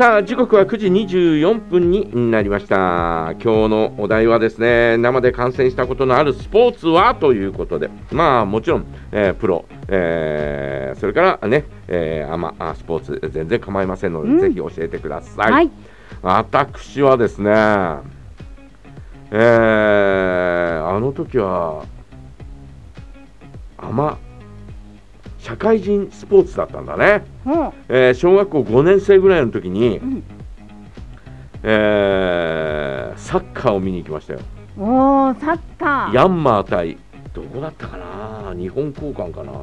さあ時刻は9時24分になりました。今日のお題はですね、生で観戦したことのあるスポーツはということで、まあもちろん、プロ、それからね、アマスポーツ全然構いませんので、ぜひ教えてください。はい、私はですね、あの時は社会人スポーツだったんだね。小学校5年生ぐらいの時に、サッカーを見に行きましたよ。 おー、サッカー。 ヤンマー対どこだったかな、日本交換かな、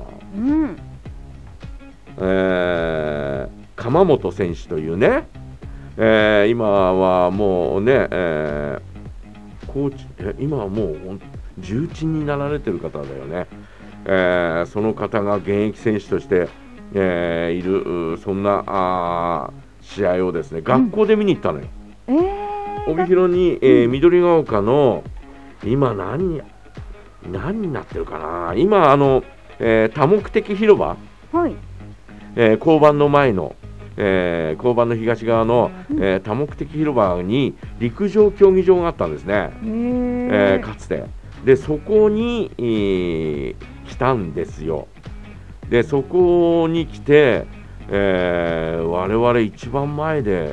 鎌本選手というね、今はもうね、コーチ今はもう重鎮になられてる方だよね。その方が現役選手として、いるそんな試合をですね、学校で見に行ったのよ。帯広に、緑ヶ丘の今何になってるかな、今多目的広場、交番の前の、交番の東側の、多目的広場に陸上競技場があったんですね、かつて。でそこに、来たんですよ。でそこに来て、我々一番前で、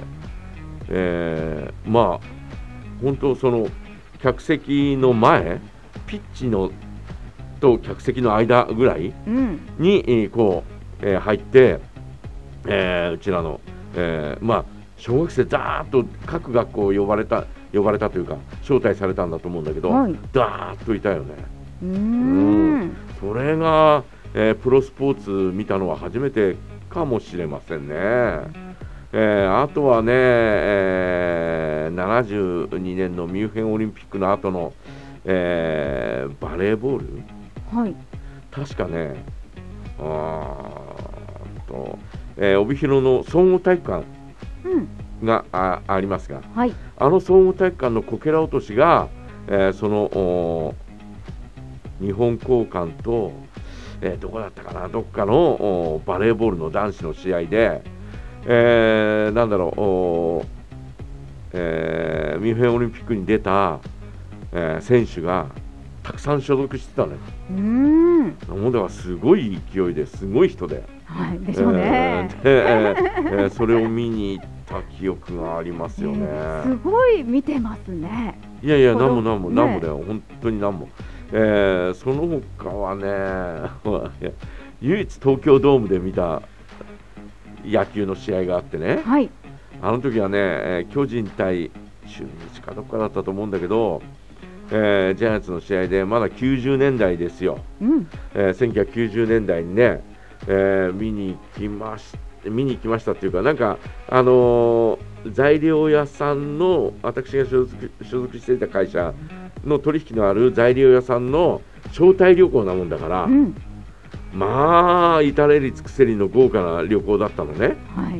まあ本当その客席の前、ピッチのと客席の間ぐらいに、こう、入って、うちらの、まあ小学生ザーッと各学校呼ばれたというか招待されたんだと思うんだけど、ダーッといたよね。それが、プロスポーツ見たのは初めてかもしれませんね。あとはね、72年のミュンヘンオリンピックの後の、バレーボール、確かね、帯広の総合体育館が ありますが、あの総合体育館のこけら落としが、その日本交換と、どこだったかな、どっかのバレーボールの男子の試合で、なんだろう、ミュンヘンオリンピックに出た、選手がたくさん所属してたのよ。もうだからすごい勢いですごい人で、 でしょうね。 それを見に行った記憶がありますよね。 すごい見てますね。 いやいや、なんもだよ、本当になんも。その他はね唯一東京ドームで見た野球の試合があってね、あの時はね、巨人対中日かどっかだったと思うんだけど、ジャイアンツの試合でまだ90年代ですよ、1990年代にね、見に行きましたっていうか、なんか材料屋さんの、私が所属していた会社の取引のある材料屋さんの招待旅行なもんだから、まあ至れり尽くせりの豪華な旅行だったのね。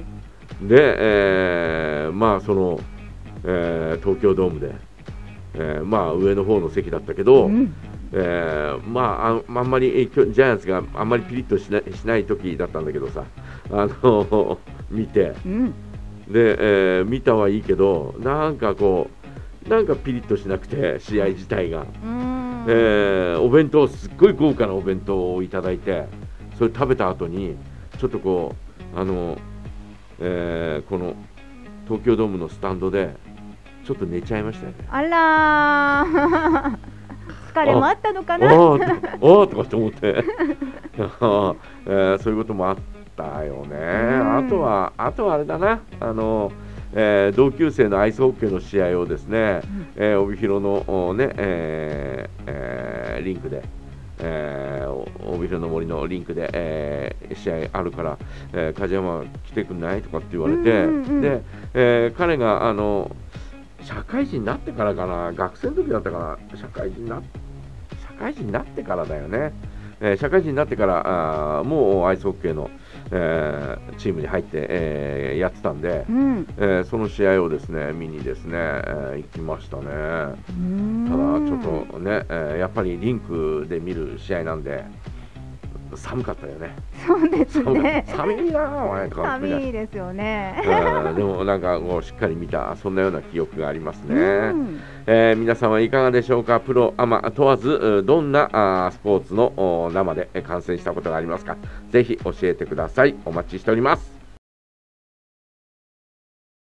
で、まあその、東京ドームで、まあ上の方の席だったけど、まああんまりジャイアンツがあんまりピリッとしない時だったんだけどさ、見て、で、見たはいいけど、なんかピリッとしなくて、試合自体が、お弁当、すっごい豪華なお弁当をいただいて、それ食べた後にちょっとこの東京ドームのスタンドでちょっと寝ちゃいましたよね。 あらー疲れもあったのかなとかって思ってそういうこともあったよね。あとはあれだな、同級生のアイスホッケーの試合をですね、帯広のね、リンクで、帯広の森のリンクで、試合あるから、梶山来てくんないとかって言われて、で、彼が社会人になってからかな、学生の時だったかな、社会人になってからだよね。社会人になってからもうアイスホッケーの、チームに入って、やってたんで、その試合をですね見にですね、行きましたね。ただちょっとね、やっぱりリンクで見る試合なんで、 寒かったよね。 そうですね。 寒いなお前寒いですよね。 でもなんかこうしっかり見たそんなような記憶がありますね。 うん皆さんはいかがでしょうか。プロアマ問わずどんなスポーツの生で観戦したことがありますか。ぜひ教えてください。お待ちしております。